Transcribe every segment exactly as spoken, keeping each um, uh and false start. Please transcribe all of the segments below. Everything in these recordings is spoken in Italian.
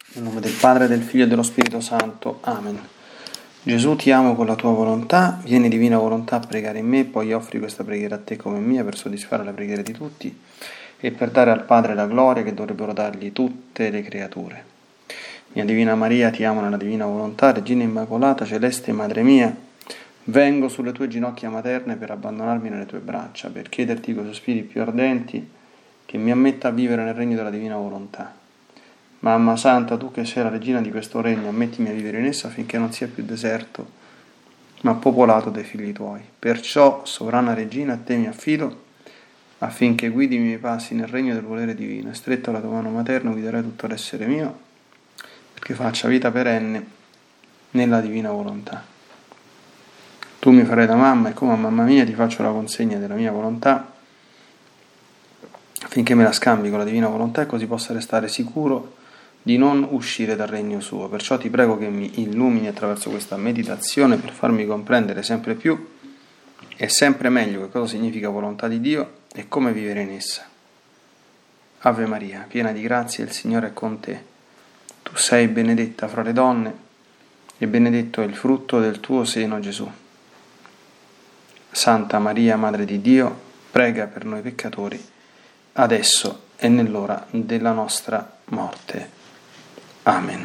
Nel nome del Padre, del Figlio e dello Spirito Santo. Amen. Gesù, ti amo con la tua volontà, vieni divina volontà a pregare in me, poi offri questa preghiera a te come mia per soddisfare la preghiera di tutti e per dare al Padre la gloria che dovrebbero dargli tutte le creature. Mia Divina Maria, ti amo nella divina volontà, Regina Immacolata, Celeste Madre mia, vengo sulle tue ginocchia materne per abbandonarmi nelle tue braccia, per chiederti con i sospiri più ardenti che mi ammetta a vivere nel regno della divina volontà. Mamma Santa, tu che sei la regina di questo regno, ammettimi a vivere in esso affinché non sia più deserto, ma popolato dai figli tuoi. Perciò, sovrana regina, a te mi affido, affinché guidi i miei passi nel regno del volere divino, e stretto alla tua mano materna guiderai tutto l'essere mio, perché faccia vita perenne nella divina volontà. Tu mi farai da mamma e come a mamma mia ti faccio la consegna della mia volontà, affinché me la scambi con la divina volontà e così possa restare sicuro di non uscire dal regno suo. Perciò ti prego che mi illumini attraverso questa meditazione per farmi comprendere sempre più e sempre meglio che cosa significa volontà di Dio e come vivere in essa. Ave Maria, piena di grazia, il Signore è con te. Tu sei benedetta fra le donne e benedetto è il frutto del tuo seno, Gesù. Santa Maria, Madre di Dio, prega per noi peccatori, adesso e nell'ora della nostra morte. Amen.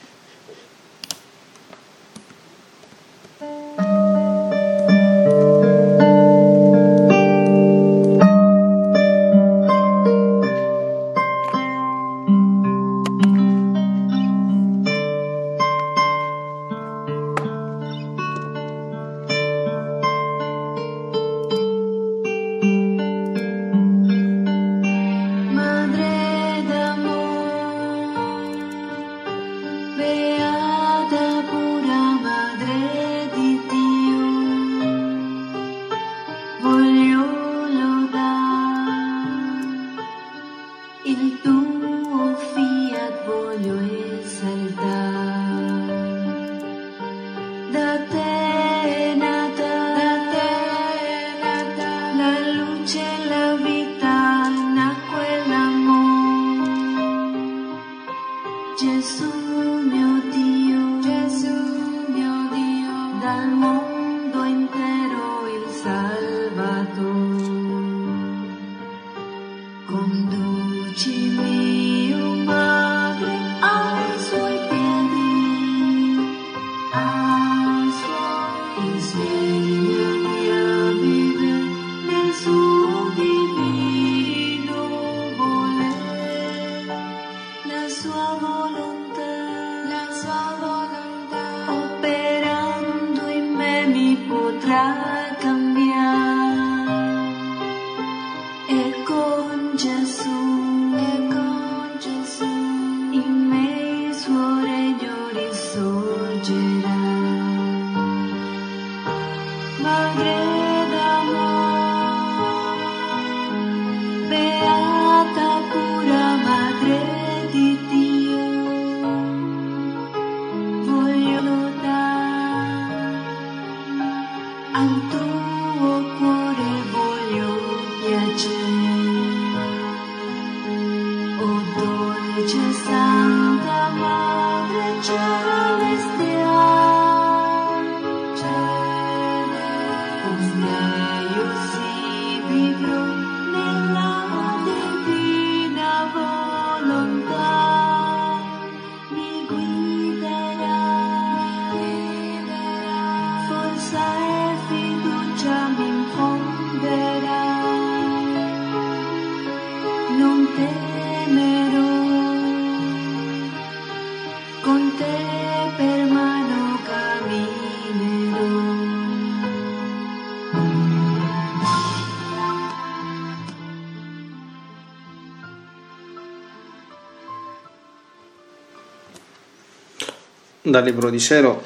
Dal Libro di Cielo,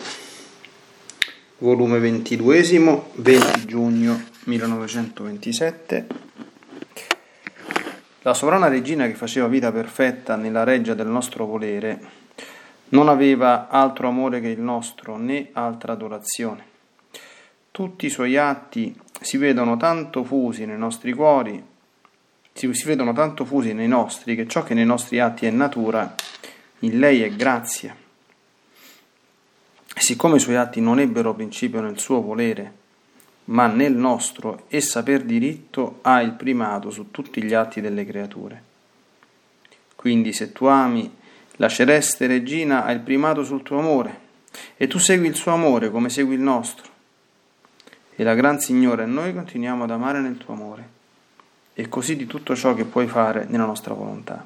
volume ventiduesimo, venti giugno millenovecentoventisette. La sovrana regina che faceva vita perfetta nella reggia del nostro volere non aveva altro amore che il nostro, né altra adorazione. Tutti i suoi atti si vedono tanto fusi nei nostri cuori, si, si vedono tanto fusi nei nostri, che ciò che nei nostri atti è natura in lei è grazia. E siccome i suoi atti non ebbero principio nel suo volere, ma nel nostro, essa per diritto ha il primato su tutti gli atti delle creature. Quindi se tu ami la celeste regina, ha il primato sul tuo amore, e tu segui il suo amore come segui il nostro. E la Gran Signora e noi continuiamo ad amare nel tuo amore, e così di tutto ciò che puoi fare nella nostra volontà.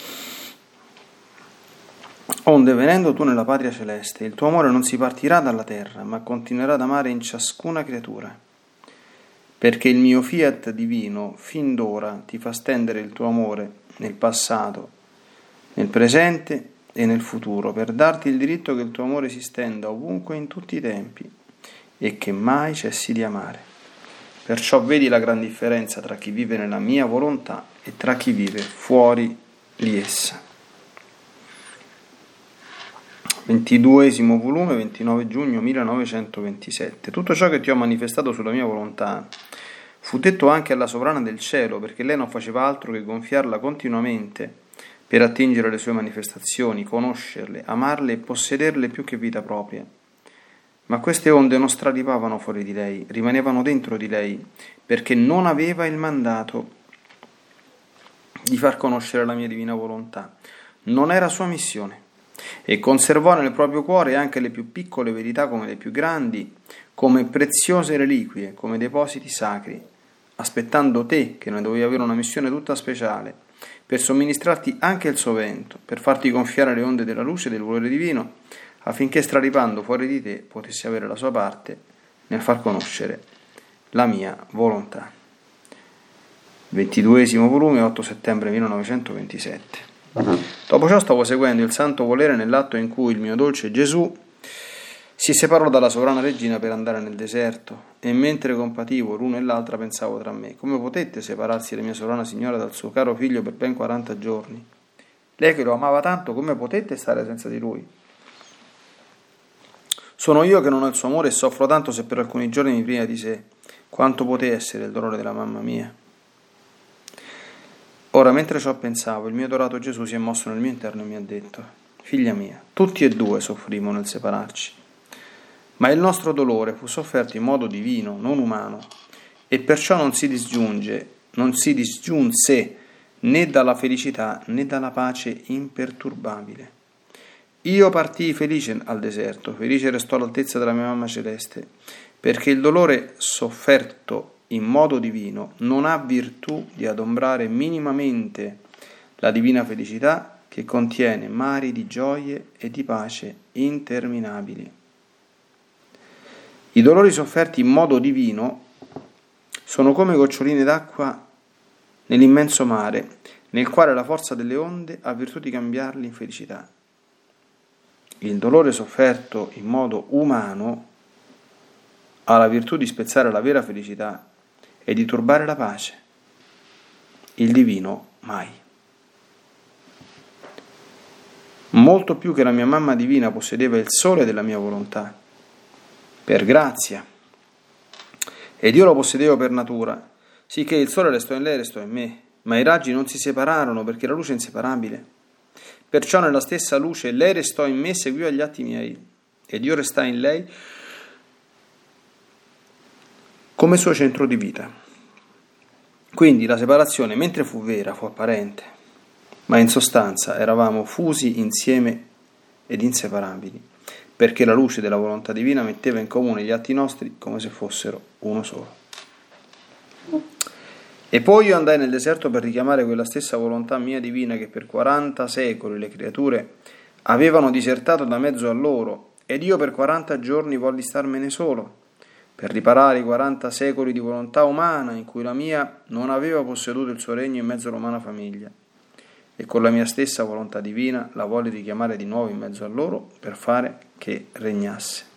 Onde, venendo tu nella patria celeste, il tuo amore non si partirà dalla terra, ma continuerà ad amare in ciascuna creatura, perché il mio fiat divino fin d'ora ti fa stendere il tuo amore nel passato, nel presente e nel futuro, per darti il diritto che il tuo amore si stenda ovunque in tutti i tempi e che mai cessi di amare. Perciò vedi la gran differenza tra chi vive nella mia volontà e tra chi vive fuori di essa. ventiduesimo volume, ventinove giugno millenovecentoventisette. Tutto ciò che ti ho manifestato sulla mia volontà fu detto anche alla sovrana del cielo, perché lei non faceva altro che gonfiarla continuamente per attingere le sue manifestazioni, conoscerle, amarle e possederle più che vita propria. Ma queste onde non straripavano fuori di lei, rimanevano dentro di lei, perché non aveva il mandato di far conoscere la mia divina volontà. Non era sua missione. E conservò nel proprio cuore anche le più piccole verità come le più grandi, come preziose reliquie, come depositi sacri, aspettando te, che ne dovevi avere una missione tutta speciale, per somministrarti anche il sovento, per farti gonfiare le onde della luce e del volere divino, affinché straripando fuori di te potessi avere la sua parte nel far conoscere la mia volontà. ventiduesimo volume, otto settembre millenovecentoventisette. Dopo ciò stavo seguendo il santo volere nell'atto in cui il mio dolce Gesù si separò dalla sovrana regina per andare nel deserto, e mentre compativo l'uno e l'altra pensavo tra me: come potette separarsi la mia sovrana signora dal suo caro figlio per ben quaranta giorni? Lei che lo amava tanto, come potette stare senza di lui? Sono io che non ho il suo amore e soffro tanto se per alcuni giorni mi priva di sé. Quanto poté essere il dolore della mamma mia? Ora, mentre ciò pensavo, il mio adorato Gesù si è mosso nel mio interno e mi ha detto: figlia mia, tutti e due soffrimmo nel separarci, ma il nostro dolore fu sofferto in modo divino, non umano, e perciò non si disgiunge, non si disgiunse né dalla felicità né dalla pace imperturbabile. Io partii felice al deserto, felice restò all'altezza della mia mamma celeste, perché il dolore sofferto in modo divino non ha virtù di adombrare minimamente la divina felicità che contiene mari di gioie e di pace interminabili. I dolori sofferti in modo divino sono come goccioline d'acqua nell'immenso mare, nel quale la forza delle onde ha virtù di cambiarli in felicità. Il dolore sofferto in modo umano ha la virtù di spezzare la vera felicità e di turbare la pace. Il divino mai. Molto più che la mia mamma divina possedeva il sole della mia volontà, per grazia, ed io lo possedevo per natura, sicché il sole restò in lei e restò in me, ma i raggi non si separarono perché la luce è inseparabile. Perciò nella stessa luce lei restò in me e seguiva gli atti miei, ed io restai in lei come suo centro di vita. Quindi la separazione, mentre fu vera, fu apparente, ma in sostanza eravamo fusi insieme ed inseparabili, perché la luce della volontà divina metteva in comune gli atti nostri come se fossero uno solo. E poi io andai nel deserto per richiamare quella stessa volontà mia divina che per quaranta secoli le creature avevano disertato da mezzo a loro, ed io per quaranta giorni volli starmene solo, per riparare i quaranta secoli di volontà umana in cui la mia non aveva posseduto il suo regno in mezzo all'umana famiglia, e con la mia stessa volontà divina la volli richiamare di nuovo in mezzo a loro per fare che regnasse.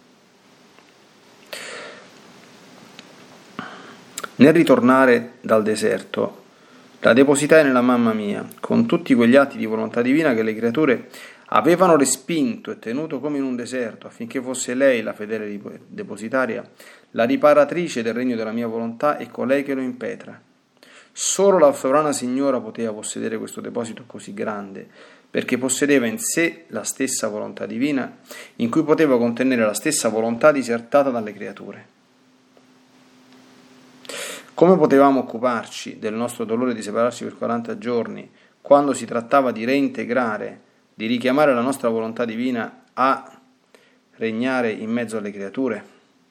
Nel ritornare dal deserto, la depositai nella mamma mia, con tutti quegli atti di volontà divina che le creature avevano respinto e tenuto come in un deserto, affinché fosse lei, la fedele depositaria, la riparatrice del regno della mia volontà e colei che lo impetra. Solo la sovrana signora poteva possedere questo deposito così grande, perché possedeva in sé la stessa volontà divina, in cui poteva contenere la stessa volontà disertata dalle creature. Come potevamo occuparci del nostro dolore di separarci per quaranta giorni, quando si trattava di reintegrare, di richiamare la nostra volontà divina a regnare in mezzo alle creature?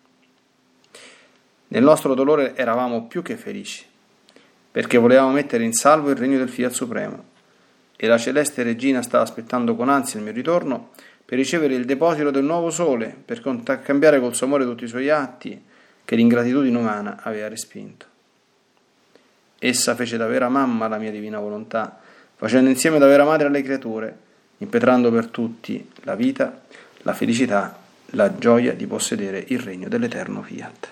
Nel nostro dolore eravamo più che felici, perché volevamo mettere in salvo il regno del Fiat Supremo, e la celeste regina stava aspettando con ansia il mio ritorno per ricevere il deposito del nuovo sole, per cambiare col suo amore tutti i suoi atti che l'ingratitudine umana aveva respinto. Essa fece da vera mamma la mia divina volontà, facendo insieme da vera madre alle creature, impetrando per tutti la vita, la felicità, la gioia di possedere il regno dell'eterno Fiat.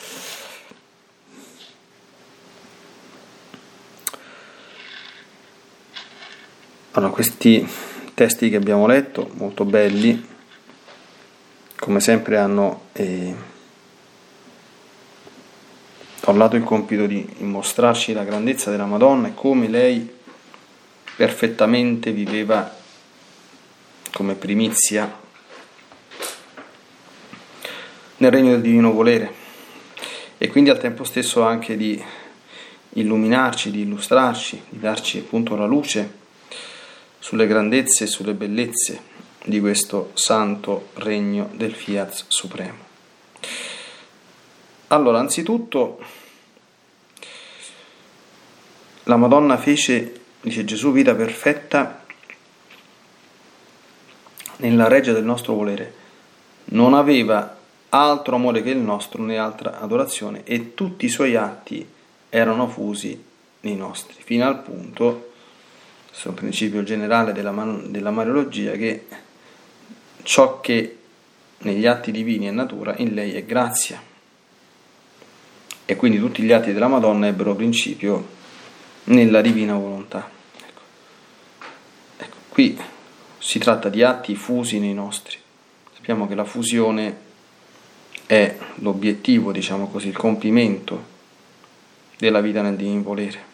Allora, questi testi che abbiamo letto, molto belli, come sempre hanno eh, dato il compito di mostrarci la grandezza della Madonna e come lei perfettamente viveva come primizia nel regno del divino volere, e quindi al tempo stesso anche di illuminarci, di illustrarci, di darci appunto la luce sulle grandezze e sulle bellezze di questo santo regno del Fiat Supremo. Allora, anzitutto, la Madonna fece, dice Gesù, vita perfetta nella reggia del nostro volere. Non aveva altro amore che il nostro, né altra adorazione, e tutti i suoi atti erano fusi nei nostri, fino al punto, questo è un principio generale della, man- della Mariologia, che ciò che negli atti divini è natura, in lei è grazia, e quindi tutti gli atti della Madonna ebbero principio nella divina volontà. Ecco. Ecco, qui si tratta di atti fusi nei nostri. Sappiamo che la fusione è l'obiettivo, diciamo così, il compimento della vita nel divino volere.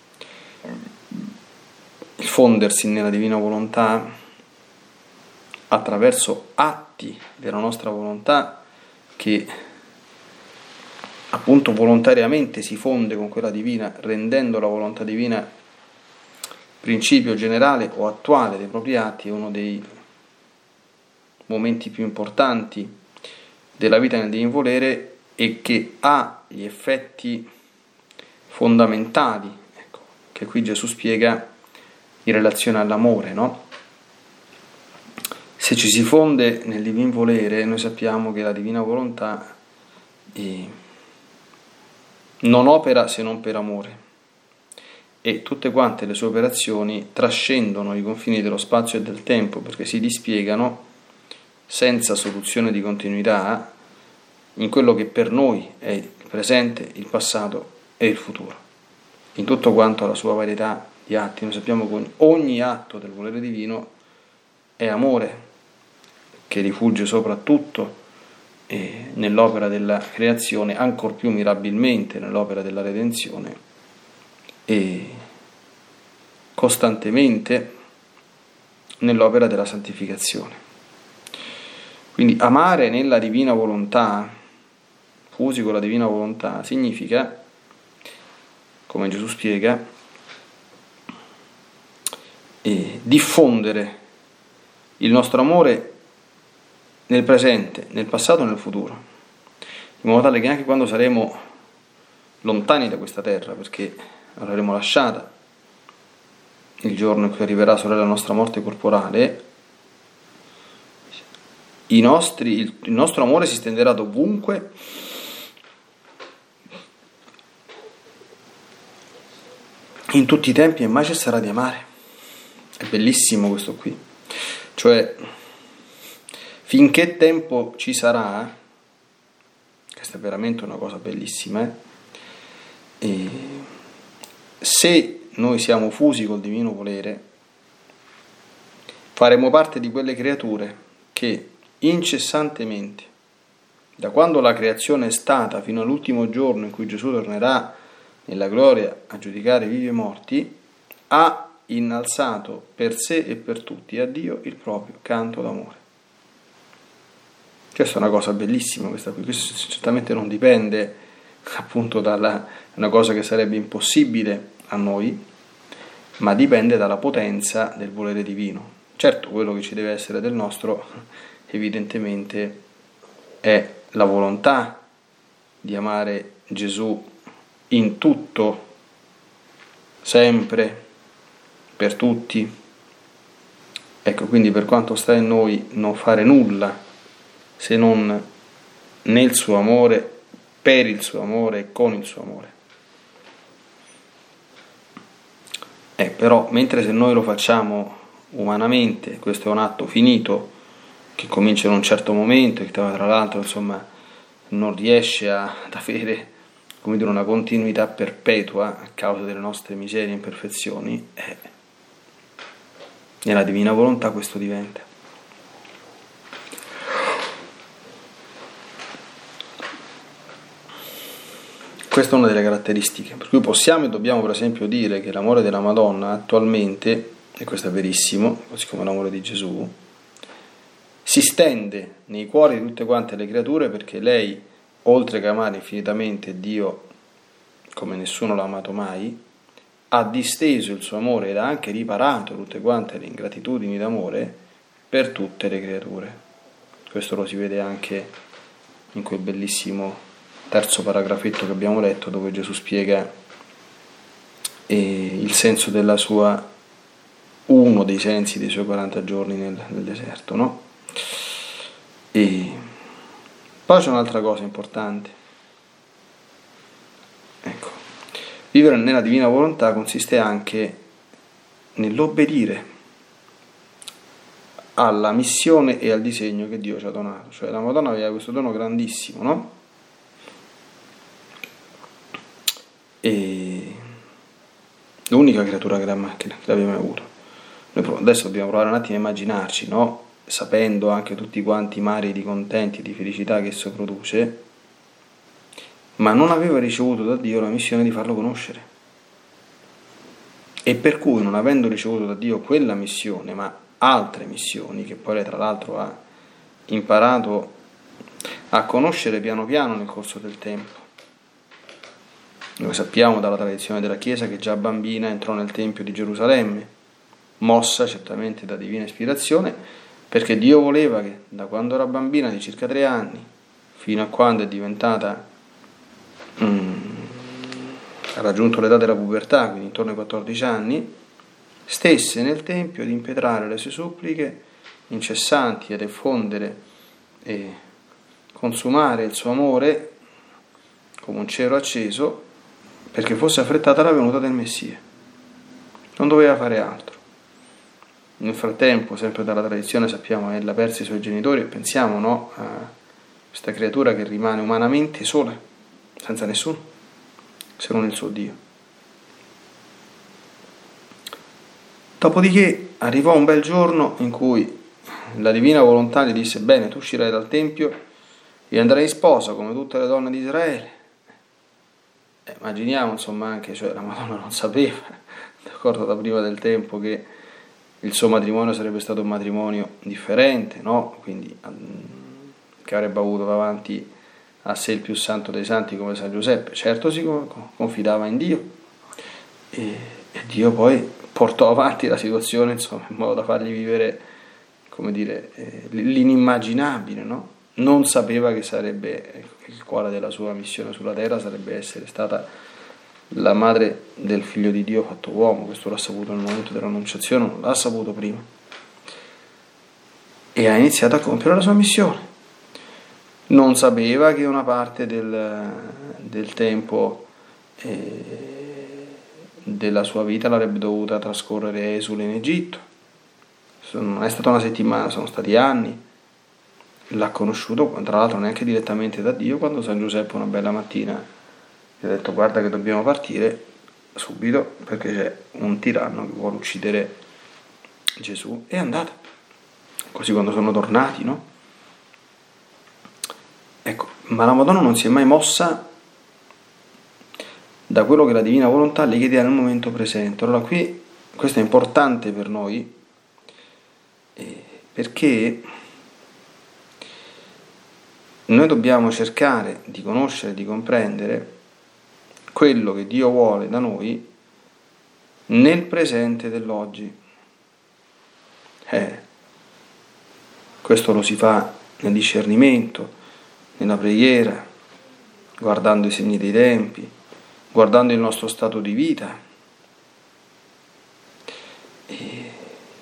Il fondersi nella divina volontà attraverso atti della nostra volontà che appunto volontariamente si fonde con quella divina, rendendo la volontà divina principio generale o attuale dei propri atti, è uno dei momenti più importanti della vita nel divino volere, e che ha gli effetti fondamentali, ecco, che qui Gesù spiega in relazione all'amore, no? Se ci si fonde nel divin volere, noi sappiamo che la divina volontà eh, non opera se non per amore, e tutte quante le sue operazioni trascendono i confini dello spazio e del tempo, perché si dispiegano senza soluzione di continuità in quello che per noi è il presente, il passato e il futuro. In tutto quanto alla sua varietà di atti, noi sappiamo che ogni atto del volere divino è amore, che rifugge soprattutto eh, nell'opera della creazione, ancor più mirabilmente nell'opera della redenzione, e costantemente nell'opera della santificazione. Quindi amare nella divina volontà, fusi con la divina volontà, significa, come Gesù spiega, eh, diffondere il nostro amore nel presente, nel passato e nel futuro, in modo tale che anche quando saremo lontani da questa terra, perché l'avremo lasciata il giorno in cui arriverà solo la nostra morte corporale, i nostri, il, il nostro amore si stenderà dovunque in tutti i tempi, e mai cesserà di amare. È bellissimo questo qui, cioè finché tempo ci sarà, questa è veramente una cosa bellissima, eh? E se noi siamo fusi col divino volere, faremo parte di quelle creature che incessantemente, da quando la creazione è stata fino all'ultimo giorno in cui Gesù tornerà nella gloria a giudicare vivi e morti, ha innalzato per sé e per tutti a Dio il proprio canto d'amore. Questa è una cosa bellissima, questa qui. Questo certamente non dipende appunto dalla una cosa che sarebbe impossibile a noi, ma dipende dalla potenza del volere divino. Certo, quello che ci deve essere del nostro evidentemente è la volontà di amare Gesù in tutto, sempre, per tutti. Ecco, quindi per quanto sta in noi non fare nulla se non nel suo amore, per il suo amore e con il suo amore. Eh, però, mentre se noi lo facciamo umanamente, questo è un atto finito, che comincia in un certo momento, che tra l'altro insomma non riesce a, ad avere, come dire, una continuità perpetua a causa delle nostre miserie e imperfezioni, eh, nella divina volontà questo diventa. Questa è una delle caratteristiche, per cui possiamo e dobbiamo per esempio dire che l'amore della Madonna attualmente, e questo è verissimo, così come l'amore di Gesù, si stende nei cuori di tutte quante le creature, perché lei, oltre che amare infinitamente Dio come nessuno l'ha amato mai, ha disteso il suo amore ed ha anche riparato tutte quante le ingratitudini d'amore per tutte le creature. Questo lo si vede anche in quel bellissimo terzo paragrafetto che abbiamo letto, dove Gesù spiega eh, il senso della sua, uno dei sensi dei suoi quaranta giorni nel, nel deserto, no? E poi c'è un'altra cosa importante. Ecco, vivere nella divina volontà consiste anche nell'obbedire alla missione e al disegno che Dio ci ha donato. Cioè la Madonna aveva questo dono grandissimo, no? E l'unica creatura che l'abbiamo mai avuto. Noi adesso dobbiamo provare un attimo a immaginarci, no? Sapendo anche tutti quanti i mari di contenti e di felicità che esso produce, ma non aveva ricevuto da Dio la missione di farlo conoscere. E per cui, non avendo ricevuto da Dio quella missione, ma altre missioni, che poi lei tra l'altro ha imparato a conoscere piano piano nel corso del tempo. Noi sappiamo dalla tradizione della Chiesa che già bambina entrò nel Tempio di Gerusalemme, mossa certamente da divina ispirazione, perché Dio voleva che da quando era bambina di circa tre anni fino a quando è diventata mm, ha raggiunto l'età della pubertà, quindi intorno ai quattordici anni, stesse nel Tempio ad impetrare le sue suppliche incessanti, ad effondere e consumare il suo amore come un cero acceso, perché fosse affrettata la venuta del Messia. Non doveva fare altro. Nel frattempo, sempre dalla tradizione, sappiamo che ella perse i suoi genitori e pensiamo, no, a questa creatura che rimane umanamente sola, senza nessuno, se non il suo Dio. Dopodiché arrivò un bel giorno in cui la divina volontà gli disse: bene, tu uscirai dal Tempio e andrai in sposa come tutte le donne di Israele. Eh, immaginiamo, insomma, anche, cioè la Madonna non sapeva, d'accordo, da prima del tempo, che il suo matrimonio sarebbe stato un matrimonio differente, no? Quindi che avrebbe avuto davanti a sé il più santo dei santi come San Giuseppe. Certo si confidava in Dio e, e Dio poi portò avanti la situazione, insomma, in modo da fargli vivere, come dire, eh, l'inimmaginabile, no? Non sapeva che sarebbe il cuore della sua missione sulla terra sarebbe essere stata la madre del figlio di Dio fatto uomo. Questo l'ha saputo nel momento dell'annunciazione, non l'ha saputo prima, e ha iniziato a compiere la sua missione. Non sapeva che una parte del, del tempo eh, della sua vita l'avrebbe dovuta trascorrere esule in Egitto. Non è stata una settimana, sono stati anni. L'ha conosciuto, tra l'altro neanche direttamente da Dio, quando San Giuseppe una bella mattina gli ha detto: guarda che dobbiamo partire subito perché c'è un tiranno che vuole uccidere Gesù. E è andata. Così quando sono tornati, no? Ecco, ma la Madonna non si è mai mossa da quello che la divina volontà le chiedeva nel momento presente. Allora qui questo è importante per noi eh, perché noi dobbiamo cercare di conoscere, di comprendere quello che Dio vuole da noi nel presente dell'oggi. Eh, questo lo si fa nel discernimento, nella preghiera, guardando i segni dei tempi, guardando il nostro stato di vita, e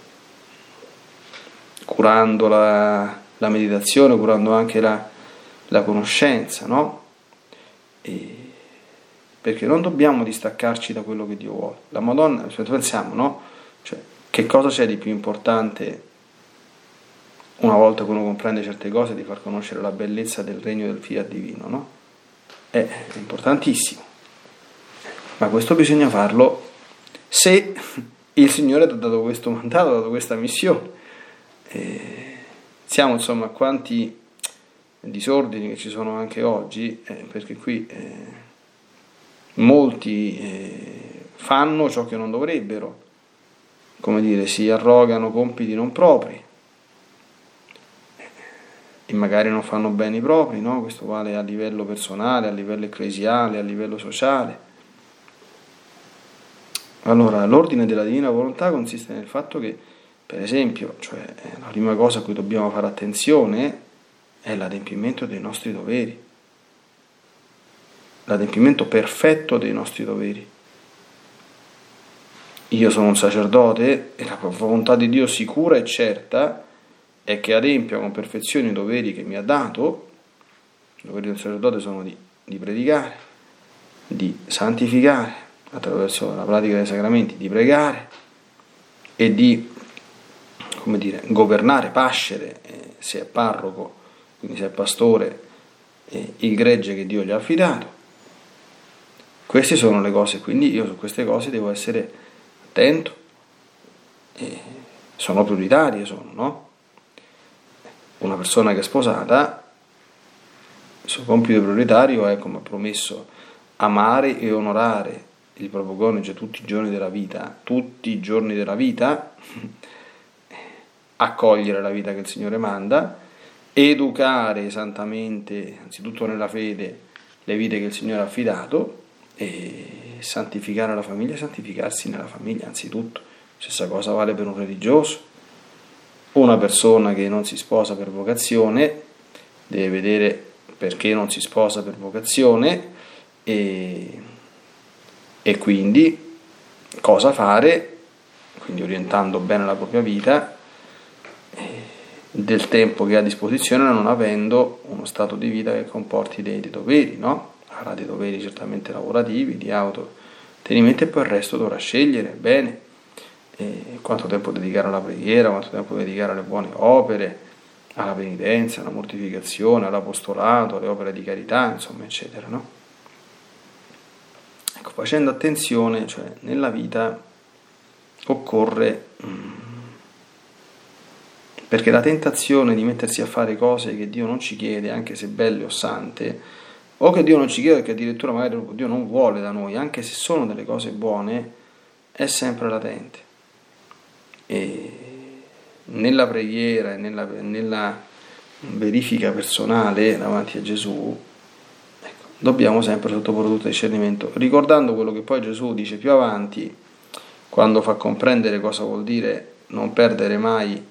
curando la, la meditazione, curando anche la, la conoscenza, no? E perché non dobbiamo distaccarci da quello che Dio vuole. La Madonna, pensiamo, no? Cioè, che cosa c'è di più importante, una volta che uno comprende certe cose, di far conoscere la bellezza del regno del fiat divino, no? È importantissimo. Ma questo bisogna farlo se il Signore ti ha dato questo mandato, ha dato questa missione. E siamo, insomma, a quanti disordini che ci sono anche oggi, eh, perché qui eh, molti eh, fanno ciò che non dovrebbero, come dire, si arrogano compiti non propri e magari non fanno bene i propri, no? Questo vale a livello personale, a livello ecclesiale, a livello sociale. Allora, l'ordine della divina volontà consiste nel fatto che, per esempio, cioè la prima cosa a cui dobbiamo fare attenzione è l'adempimento dei nostri doveri, l'adempimento perfetto dei nostri doveri. Io sono un sacerdote e la volontà di Dio sicura e certa è che adempia con perfezione i doveri che mi ha dato. I doveri del sacerdote sono di, di predicare, di santificare attraverso la pratica dei sacramenti, di pregare e di, come dire, governare, pascere, eh, se è parroco, quindi se è pastore, eh, il gregge che Dio gli ha affidato. Queste sono le cose, quindi io su queste cose devo essere attento, eh, sono prioritarie, sono, no? Una persona che è sposata, il suo compito prioritario è, come ha promesso, amare e onorare il proprio coniuge tutti i giorni della vita, tutti i giorni della vita, accogliere la vita che il Signore manda, educare santamente, anzitutto nella fede, le vite che il Signore ha affidato, e santificare la famiglia, santificarsi nella famiglia anzitutto. Stessa cosa vale per un religioso. Una persona che non si sposa per vocazione deve vedere perché non si sposa per vocazione e, e quindi cosa fare, quindi orientando bene la propria vita, del tempo che ha a disposizione, non avendo uno stato di vita che comporti dei, dei doveri, no? Avrà dei doveri certamente lavorativi, di autotenimento, e poi il resto dovrà scegliere bene eh, quanto tempo dedicare alla preghiera, quanto tempo dedicare alle buone opere, alla penitenza, alla mortificazione, all'apostolato, alle opere di carità, insomma, eccetera, no? Ecco, facendo attenzione, cioè nella vita occorre, mh, perché la tentazione di mettersi a fare cose che Dio non ci chiede, anche se belle o sante, o che Dio non ci chiede perché addirittura magari Dio non vuole da noi, anche se sono delle cose buone, è sempre latente. E nella preghiera e nella, nella verifica personale davanti a Gesù, ecco, dobbiamo sempre sottoporre tutto il discernimento, ricordando quello che poi Gesù dice più avanti, quando fa comprendere cosa vuol dire non perdere mai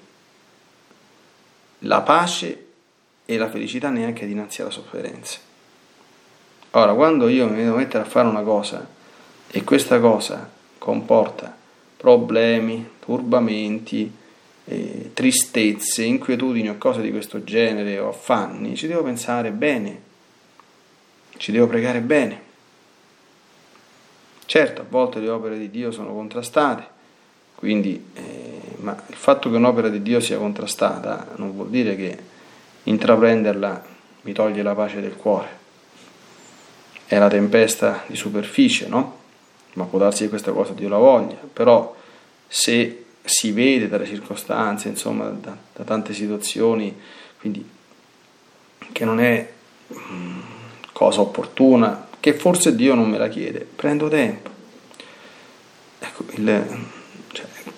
la pace e la felicità neanche dinanzi alla sofferenza. Ora, quando io mi devo mettere a fare una cosa e questa cosa comporta problemi, turbamenti, eh, tristezze, inquietudini o cose di questo genere o affanni, ci devo pensare bene, ci devo pregare bene. Certo, a volte le opere di Dio sono contrastate, quindi, eh, ma il fatto che un'opera di Dio sia contrastata non vuol dire che intraprenderla mi toglie la pace del cuore. È la tempesta di superficie, no? Ma può darsi che questa cosa Dio la voglia, però se si vede dalle circostanze, insomma, da, da tante situazioni, quindi che non è mh, cosa opportuna, che forse Dio non me la chiede, prendo tempo. Ecco, il,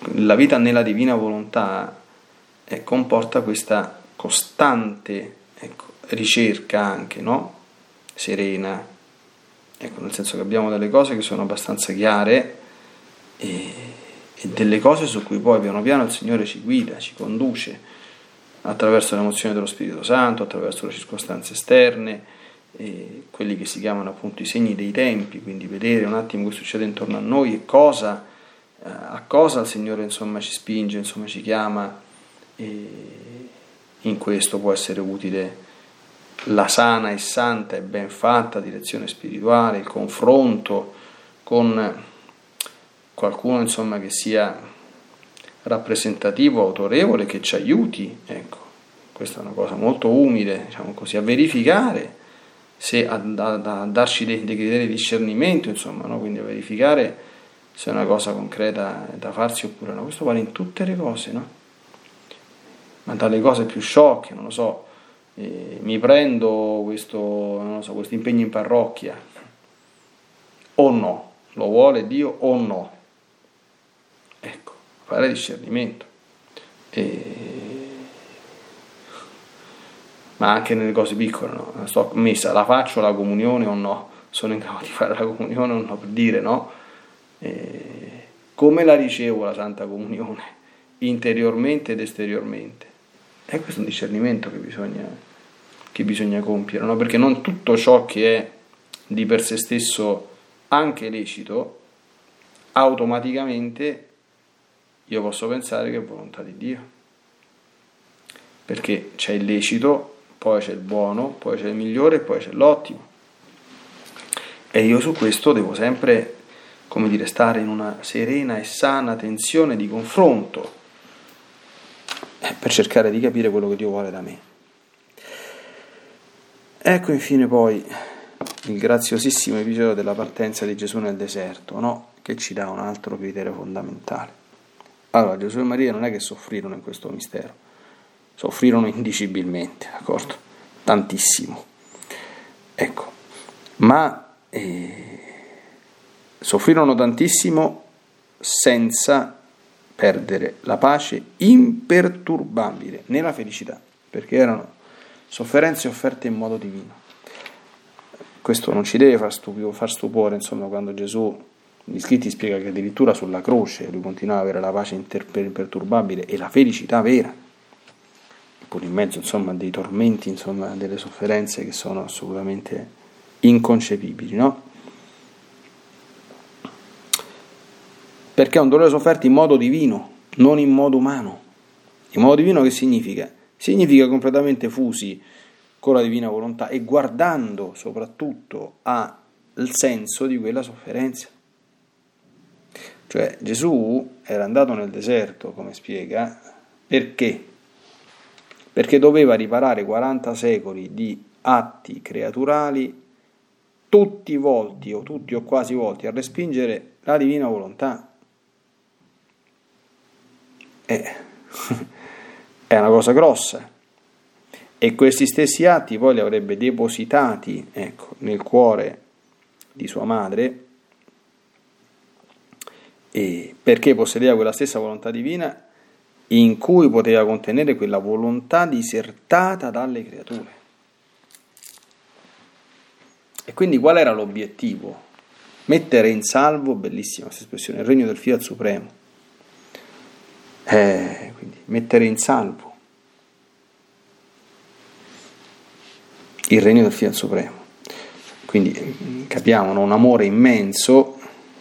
la vita nella divina volontà eh, comporta questa costante ecco, ricerca anche, no? Serena, ecco, nel senso che abbiamo delle cose che sono abbastanza chiare e, e delle cose su cui poi piano piano il Signore ci guida, ci conduce attraverso l'emozione dello Spirito Santo, attraverso le circostanze esterne, e quelli che si chiamano appunto i segni dei tempi, quindi vedere un attimo che succede intorno a noi e cosa, eh, a cosa il Signore insomma ci spinge, insomma ci chiama, e in questo può essere utile la sana e santa e ben fatta direzione spirituale, il confronto con qualcuno insomma che sia rappresentativo, autorevole, che ci aiuti, ecco, questa è una cosa molto umile, diciamo così, a verificare se a, a, a darci dei, dei criteri di discernimento, insomma, no? Quindi a verificare se è una cosa concreta da farsi oppure no. Questo vale in tutte le cose, no? Ma dalle cose più sciocche, non lo so, eh, mi prendo questo, non lo so, questo impegno in parrocchia o no, lo vuole Dio o no, ecco, fare discernimento. E ma anche nelle cose piccole, no? Sto messa, la faccio la comunione o no? Sono in grado di fare la comunione o no? Per dire, no? E come la ricevo la Santa Comunione? Interiormente ed esteriormente. E questo è un discernimento che bisogna, che bisogna compiere, no? Perché non tutto ciò che è di per sé stesso anche lecito, automaticamente io posso pensare che è volontà di Dio. Perché c'è il lecito, poi c'è il buono, poi c'è il migliore e poi c'è l'ottimo. E io su questo devo sempre, come dire, stare in una serena e sana tensione di confronto eh, per cercare di capire quello che Dio vuole da me. Ecco infine poi il graziosissimo episodio della partenza di Gesù nel deserto, no? Che ci dà un altro criterio fondamentale. Allora, Gesù e Maria non è che soffrirono in questo mistero, soffrirono indicibilmente, d'accordo? Tantissimo. Ecco, ma eh, soffrirono tantissimo senza perdere la pace imperturbabile nella felicità, perché erano sofferenze offerte in modo divino. Questo non ci deve far, stup- far stupore, insomma, quando Gesù, gli scritti spiega che addirittura sulla croce lui continuava ad avere la pace imperturbabile e la felicità vera, pur in mezzo, insomma, dei tormenti, insomma, delle sofferenze che sono assolutamente inconcepibili, no? Perché è un dolore sofferto in modo divino, non in modo umano. In modo divino che significa? Significa completamente fusi con la divina volontà e guardando soprattutto al senso di quella sofferenza. Cioè Gesù era andato nel deserto, come spiega, perché? Perché doveva riparare quaranta secoli di atti creaturali tutti volti o tutti o quasi volti a respingere la divina volontà. Eh, è una cosa grossa. E questi stessi atti poi li avrebbe depositati, ecco, nel cuore di sua madre, e perché possedeva quella stessa volontà divina in cui poteva contenere quella volontà disertata dalle creature. E quindi qual era l'obiettivo? Mettere in salvo, bellissima questa espressione, il regno del Fiat Supremo. Eh, quindi mettere in salvo il regno del Fiat Supremo. Quindi capiamo, no? Un amore immenso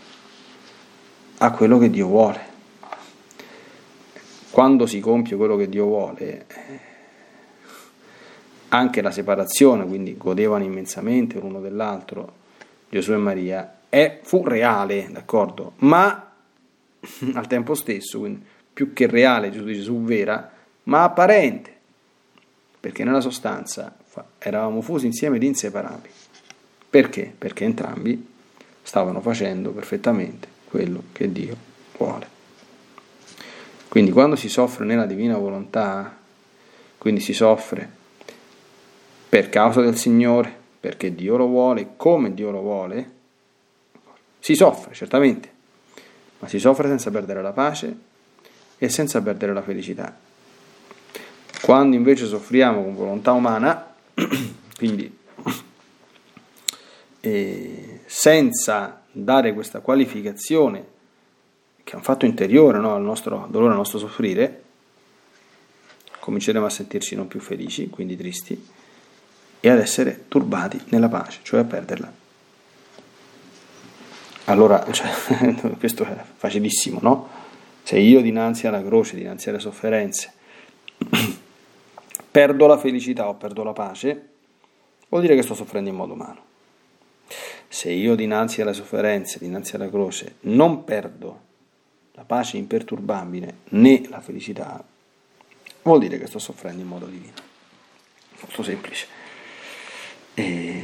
a quello che Dio vuole. Quando si compie quello che Dio vuole, anche la separazione, quindi godevano immensamente l'uno dell'altro, Gesù e Maria, è, fu reale, d'accordo, ma al tempo stesso, quindi più che reale, Gesù dice Gesù vera, ma apparente, perché nella sostanza eravamo fusi insieme ed inseparabili. Perché? Perché entrambi stavano facendo perfettamente quello che Dio vuole. Quindi quando si soffre nella divina volontà, quindi si soffre per causa del Signore, perché Dio lo vuole, come Dio lo vuole, si soffre certamente, ma si soffre senza perdere la pace e senza perdere la felicità. Quando invece soffriamo con volontà umana, quindi eh, senza dare questa qualificazione, che è un fatto interiore, no, al nostro dolore, al nostro soffrire, cominceremo a sentirci non più felici, quindi tristi, e ad essere turbati nella pace, cioè a perderla. Allora, cioè, questo è facilissimo, no? Se io dinanzi alla croce, dinanzi alle sofferenze, perdo la felicità o perdo la pace, vuol dire che sto soffrendo in modo umano. Se io dinanzi alle sofferenze, dinanzi alla croce, non perdo la pace imperturbabile né la felicità, vuol dire che sto soffrendo in modo divino. Molto semplice. E...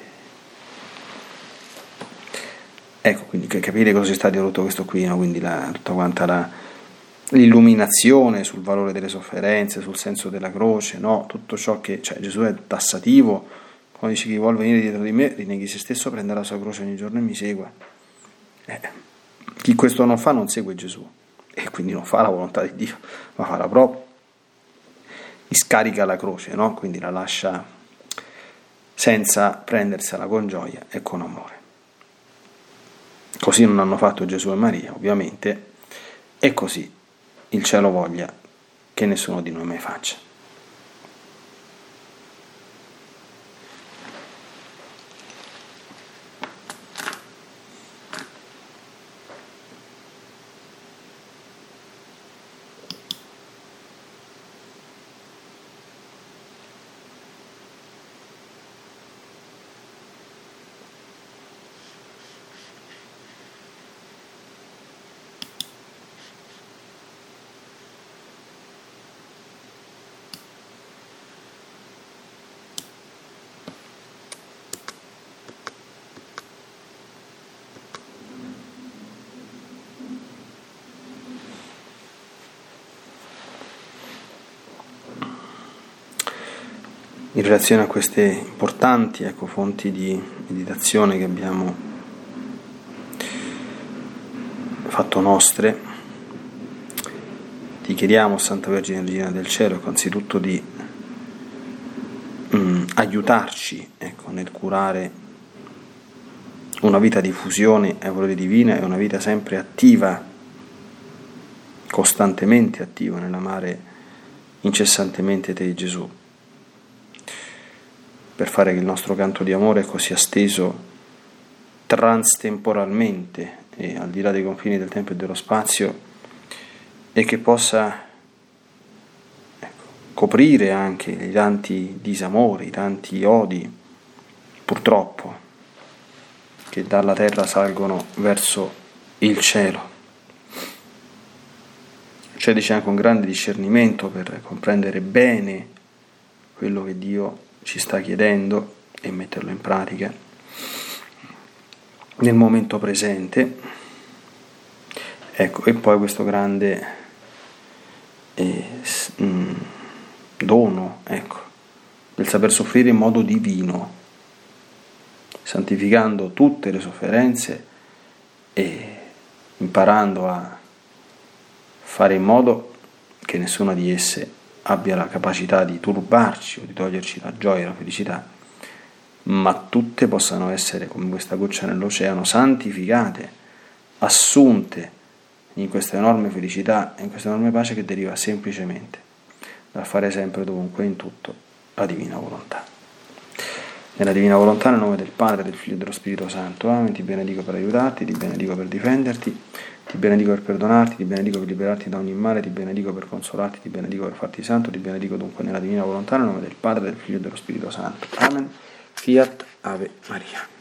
ecco, quindi capire cosa ci sta dietro tutto questo qui, no? Quindi la, tutta quanta la, l'illuminazione sul valore delle sofferenze, sul senso della croce, no? Tutto ciò che, cioè Gesù è tassativo, quando dice chi vuol venire dietro di me, rinneghi se stesso, prenda la sua croce ogni giorno e mi segua. Eh, chi questo non fa non segue Gesù, e quindi non fa la volontà di Dio, ma fa la propria. Scarica la croce, no? Quindi la lascia senza prendersela con gioia e con amore. Così non hanno fatto Gesù e Maria, ovviamente, e così il cielo voglia che nessuno di noi mai faccia. In relazione a queste importanti, ecco, fonti di meditazione che abbiamo fatto nostre, ti chiediamo, Santa Vergine Regina del Cielo, anzitutto di mh, aiutarci, ecco, nel curare una vita di fusione ai valori divini e una vita sempre attiva, costantemente attiva nell'amare incessantemente te, Gesù, per fare che il nostro canto di amore sia steso transtemporalmente e al di là dei confini del tempo e dello spazio, e che possa, ecco, coprire anche i tanti disamori, i tanti odi, purtroppo, che dalla terra salgono verso il cielo. Concedici anche un grande discernimento per comprendere bene quello che Dio ci sta chiedendo e metterlo in pratica nel momento presente, ecco, e poi questo grande eh, mh, dono, ecco, del saper soffrire in modo divino, santificando tutte le sofferenze e imparando a fare in modo che nessuna di esse abbia la capacità di turbarci o di toglierci la gioia e la felicità, ma tutte possano essere, come questa goccia nell'oceano, santificate, assunte in questa enorme felicità e in questa enorme pace che deriva semplicemente dal fare sempre, dovunque, in tutto la divina volontà. Nella divina volontà, nel nome del Padre, del Figlio e dello Spirito Santo. Amen. Ti benedico per aiutarti, ti benedico per difenderti, ti benedico per perdonarti, ti benedico per liberarti da ogni male, ti benedico per consolarti, ti benedico per farti santo, ti benedico dunque nella divina volontà, nel nome del Padre, del Figlio e dello Spirito Santo. Amen. Fiat Ave Maria.